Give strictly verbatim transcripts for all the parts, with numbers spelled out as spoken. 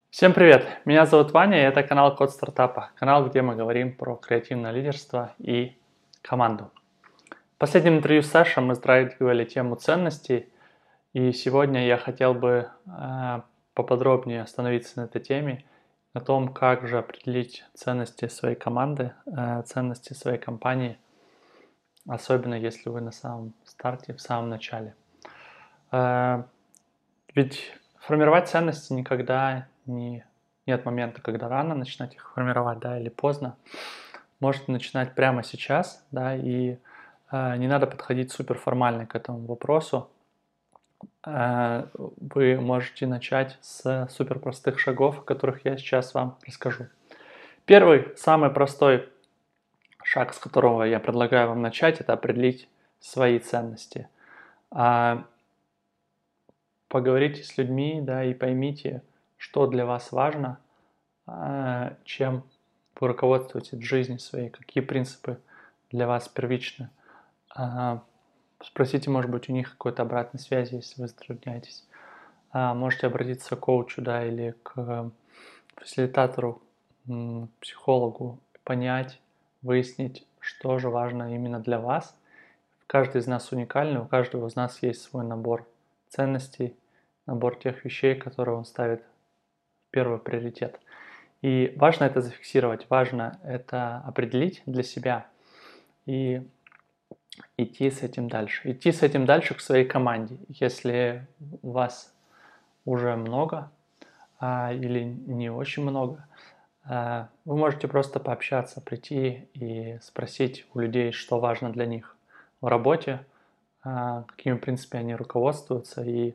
Всем привет! Меня зовут Ваня, и это канал Код Стартапа. Канал, где мы говорим про креативное лидерство и команду. В последнем интервью с Сашей мы затрагивали тему ценностей, и сегодня я хотел бы э, поподробнее остановиться на этой теме, на том, как же определить ценности своей команды, э, ценности своей компании, особенно если вы на самом старте, в самом начале. Э, ведь формировать ценности никогда не нет момента, когда рано начинать их формировать, да, или поздно. Можете начинать прямо сейчас, да, и э, не надо подходить супер формально к этому вопросу. Э, вы можете начать с супер простых шагов, о которых я сейчас вам расскажу. Первый, самый простой шаг, с которого я предлагаю вам начать, это определить свои ценности. А, поговорите с людьми, да, и поймите, что для вас важно, а, чем вы руководствуетесь в жизни своей, какие принципы для вас первичны. А, Спросите, может быть, у них какой-то обратной связи, если вы затрудняетесь. А, Можете обратиться к коучу, да, или к фасилитатору, м, психологу, понять, выяснить, что же важно именно для вас. Каждый из нас уникальный, у каждого из нас есть свой набор ценностей, набор тех вещей, которые он ставит в первый приоритет. И важно это зафиксировать, важно это определить для себя и идти с этим дальше. Идти с этим дальше к своей команде. Если у вас уже много а, или не очень много, а, вы можете просто пообщаться, прийти и спросить у людей, что важно для них в работе, а, какими принципами они руководствуются и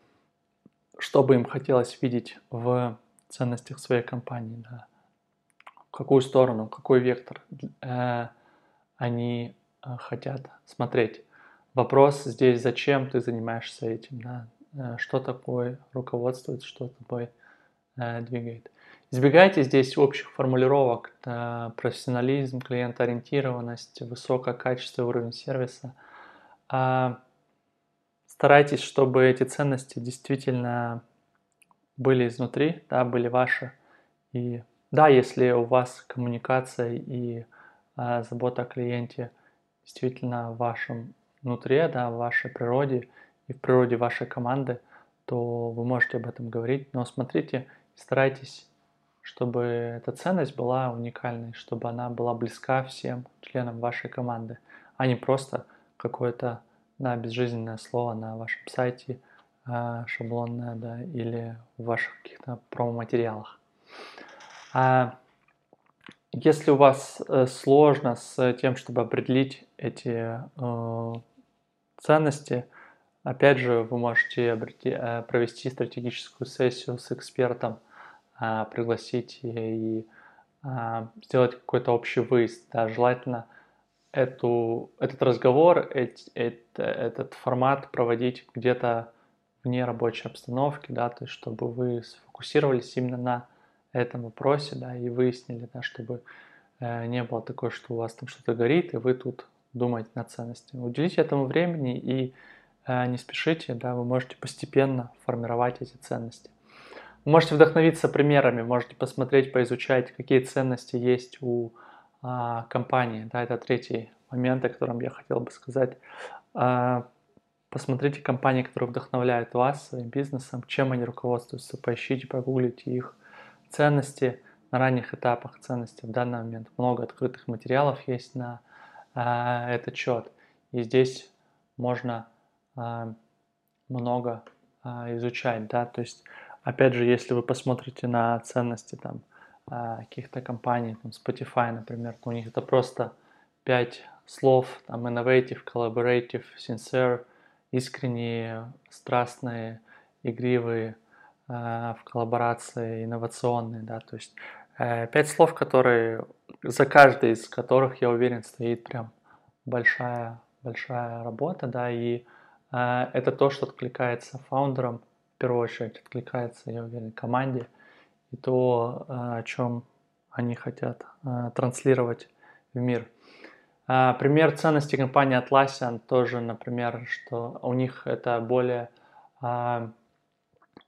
что бы им хотелось видеть в ценностях своей компании. Да. В какую сторону, какой вектор э, они э, хотят смотреть. Вопрос здесь, зачем ты занимаешься этим, да? Э, что такое руководствует, что тобой э, двигает. Избегайте здесь общих формулировок, да, профессионализм, клиентоориентированность, высокое качество и уровень сервиса. А старайтесь, чтобы эти ценности действительно были изнутри, да, были ваши. И да, если у вас коммуникация и а, забота о клиенте действительно в вашем внутри, да, в вашей природе и в природе вашей команды, то вы можете об этом говорить. Но смотрите, старайтесь, чтобы эта ценность была уникальной, чтобы она была близка всем членам вашей команды, а не просто какое-то, да, безжизненное слово на вашем сайте, а, шаблонное, да, или в ваших каких-то промо-материалах. А если у вас э, сложно с тем, чтобы определить эти э, ценности, опять же, вы можете обрети- э, провести стратегическую сессию с экспертом, а, пригласить и, и, а, сделать какой-то общий выезд. Да, желательно эту, этот разговор, эт- эт- этот формат проводить где-то вне рабочей обстановки, да, то есть чтобы вы сфокусировались именно на этом вопросе, да, и выяснили, да, чтобы э, не было такое, что у вас там что-то горит, и вы тут думаете над ценностями. Уделите этому времени и э, не спешите, да, вы можете постепенно формировать эти ценности. Вы можете вдохновиться примерами, можете посмотреть, поизучать, какие ценности есть у а, компании. Да, это третий момент, о котором я хотел бы сказать. А, посмотрите компании, которые вдохновляют вас своим бизнесом, чем они руководствуются, поищите, погуглите их ценности на ранних этапах ценности в данный момент. Много открытых материалов есть на а, этот счет. И здесь можно а, много а, изучать, да, то есть, опять же, если вы посмотрите на ценности там а, каких-то компаний, там Spotify, например, то у них это просто пять слов, там innovative, collaborative, sincere, искренние, страстные, игривые, а, в коллаборации, инновационные, да, то есть э, пять слов, которые, за каждой из которых, я уверен, стоит прям большая, большая работа, да, и а, это то, что откликается фаундерам, в первую очередь откликается, я уверен, команде, и то, а, о чем они хотят а, транслировать в мир. А, Пример ценности компании Atlassian тоже, например, что у них это более а,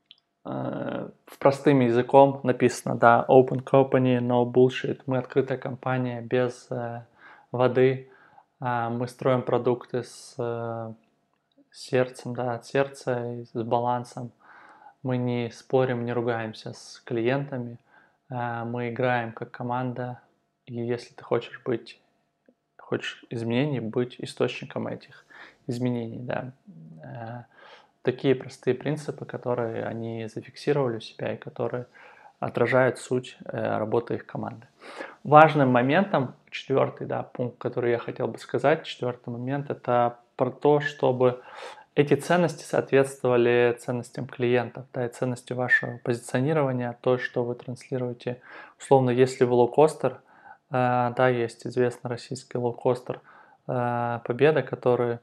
э, в простым языком написано, да, open company, no bullshit. Мы открытая компания без э, воды. Э, мы строим продукты с э, сердцем, да, от сердца и с балансом. Мы не спорим, не ругаемся с клиентами. Э, мы играем как команда. И если ты хочешь быть, хочешь изменений, быть источником этих изменений, да. Э, такие простые принципы, которые они зафиксировали у себя и которые отражают суть э, работы их команды. Важным моментом, четвертый, да, пункт, который я хотел бы сказать, четвертый момент, это про то, чтобы эти ценности соответствовали ценностям клиентов, да, и ценности вашего позиционирования, то, что вы транслируете. Условно, если вы лоукостер, э, да, есть известный российский лоукостер э, Победа, который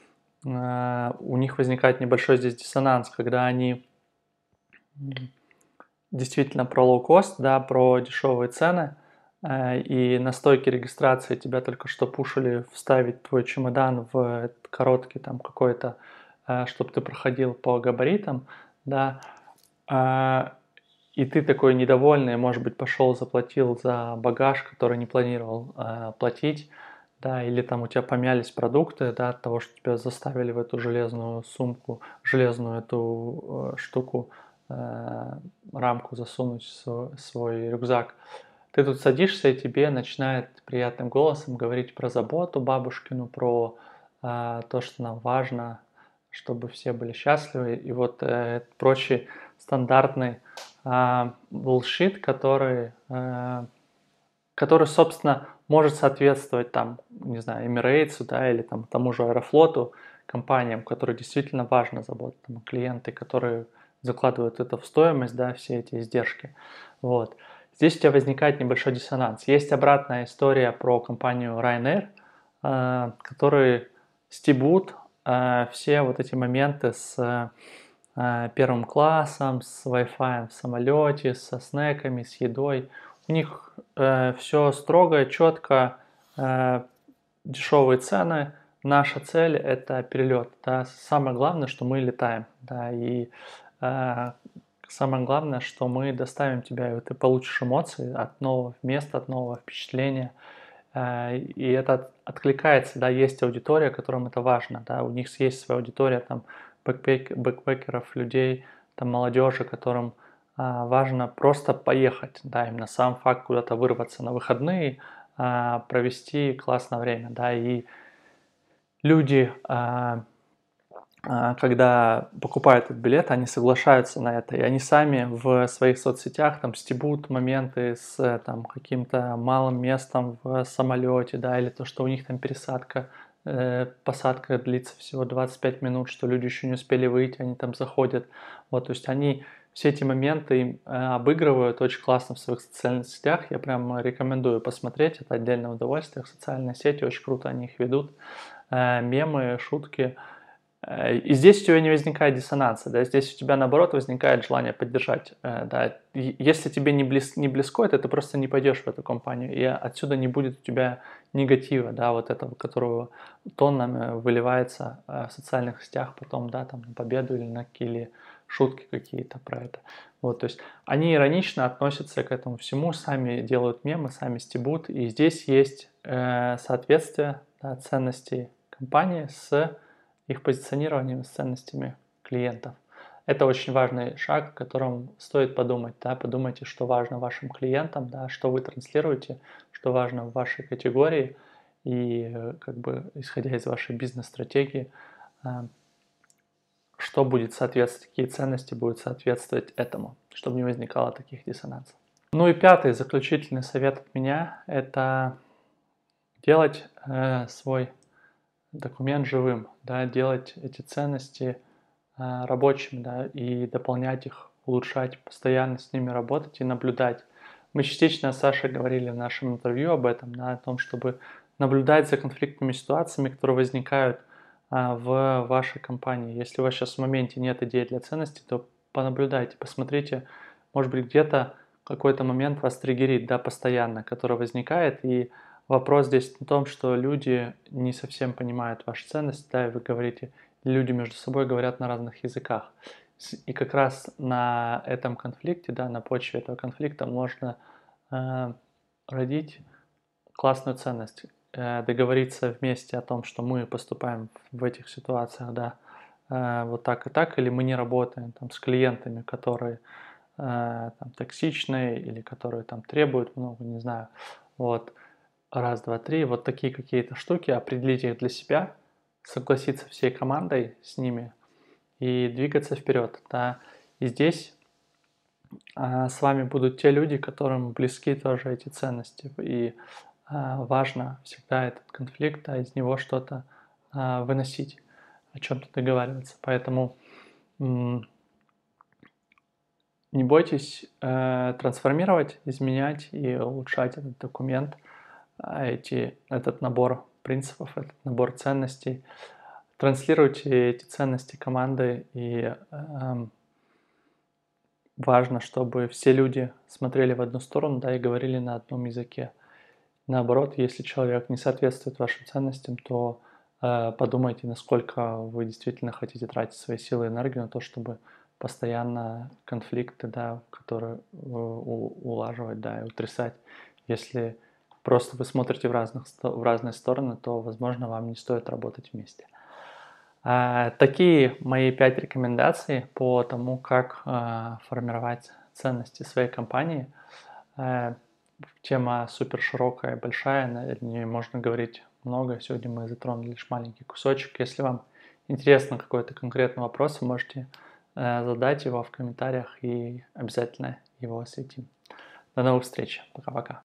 э, у них возникает небольшой здесь диссонанс, когда они действительно про лоукост, да, про дешевые цены, э, и на стойке регистрации тебя только что пушили вставить твой чемодан в короткий там какой-то, э, чтобы ты проходил по габаритам, да, э, и ты такой недовольный, может быть, пошел, заплатил за багаж, который не планировал э, платить, да, или там у тебя помялись продукты, да, от того, что тебя заставили в эту железную сумку, железную эту э, штуку, э, рамку засунуть в свой, свой рюкзак. Ты тут садишься, и тебе начинает приятным голосом говорить про заботу бабушкину, про э, то, что нам важно, чтобы все были счастливы, и вот э, прочий стандартный э, bullshit, который, э, который, собственно, может соответствовать там, не знаю, Emirates, да, или там тому же Аэрофлоту, компаниям, которые действительно важно забота, там, клиенты, которые закладывают это в стоимость, да, все эти издержки. Вот. Здесь у тебя возникает небольшой диссонанс. Есть обратная история про компанию Ryanair, э, которые стебут э, все вот эти моменты с э, первым классом, с Wi-Fi в самолете, со снеками, с едой. У них э, все строго, четко, э, дешевые цены. Наша цель – это перелет. Да. Самое главное, что мы летаем. Да, и э, самое главное, что мы доставим тебя, и ты получишь эмоции от нового места, от нового впечатления. Э, и это откликается, да, есть аудитория, которым это важно. Да, у них есть своя аудитория, там, бэкпек, бэкпекеров, людей, там, молодежи, которым а, важно просто поехать, да, именно сам факт куда-то вырваться на выходные, а, провести классное время, да, и люди, а, а, когда покупают этот билет, они соглашаются на это, и они сами в своих соцсетях там стебут моменты с там каким-то малым местом в самолете, да, или то, что у них там пересадка, э, посадка длится всего двадцать пять минут, что люди еще не успели выйти, они там заходят, вот, то есть они все эти моменты э, обыгрывают очень классно в своих социальных сетях, я прям рекомендую посмотреть, это отдельное удовольствие, социальные сети, очень круто они их ведут, э, мемы, шутки. И здесь у тебя не возникает диссонанса, да, здесь у тебя наоборот возникает желание поддержать, да. Если тебе не, близ, не близко это, ты просто не пойдешь в эту компанию, и отсюда не будет у тебя негатива, да, вот этого, которого тоннами выливается в социальных сетях потом, да, там на победу или на или шутки какие-то про это. Вот, то есть они иронично относятся к этому всему, сами делают мемы, сами стебут, и здесь есть э, соответствие, да, ценностей компании с их позиционированием, с ценностями клиентов. Это очень важный шаг, о котором стоит подумать. Да? Подумайте, что важно вашим клиентам, да? Что вы транслируете, что важно в вашей категории, и как бы исходя из вашей бизнес-стратегии, что будет соответствовать, какие ценности будут соответствовать этому, чтобы не возникало таких диссонансов. Ну и пятый, заключительный совет от меня – это делать э, свой документ живым, да, делать эти ценности э, рабочими, да, и дополнять их, улучшать, постоянно с ними работать и наблюдать. Мы частично с Сашей говорили в нашем интервью об этом, да, о том, чтобы наблюдать за конфликтными ситуациями, которые возникают э, в вашей компании. Если у вас сейчас в моменте нет идей для ценностей, то понаблюдайте, посмотрите, может быть, где-то какой-то момент вас триггерит, да, постоянно, который возникает, и вопрос здесь в том, что люди не совсем понимают вашу ценность, да, и вы говорите, люди между собой говорят на разных языках. И как раз на этом конфликте, да, на почве этого конфликта можно э, родить классную ценность, э, договориться вместе о том, что мы поступаем в этих ситуациях, да, э, вот так и так, или мы не работаем там с клиентами, которые э, там, токсичные или которые там требуют много, не знаю, вот, раз, два, три, вот такие какие-то штуки, определить их для себя, согласиться всей командой с ними и двигаться вперед, да, и здесь а, с вами будут те люди, которым близки тоже эти ценности, и а, важно всегда этот конфликт, а из него что-то а, выносить, о чем-то договариваться. Поэтому м, не бойтесь э, трансформировать, изменять и улучшать этот документ, а, эти, этот набор принципов, этот набор ценностей. Транслируйте эти ценности команды, и эм, важно, чтобы все люди смотрели в одну сторону, да, и говорили на одном языке. Наоборот, если человек не соответствует вашим ценностям, то э, подумайте, насколько вы действительно хотите тратить свои силы и энергию на то, чтобы постоянно конфликты, да, которые э, у- улаживать, да, и утрясать. Если просто вы смотрите в, разных, сто- в разные стороны, то, возможно, вам не стоит работать вместе. А, Такие мои пять рекомендаций по тому, как а, формировать ценности своей компании. Э, Тема супер широкая, большая, на ней можно говорить много. Сегодня мы затронули лишь маленький кусочек. Если вам интересно какой-то конкретный вопрос, вы можете э, задать его в комментариях, и обязательно его осветим. До новых встреч. Пока-пока.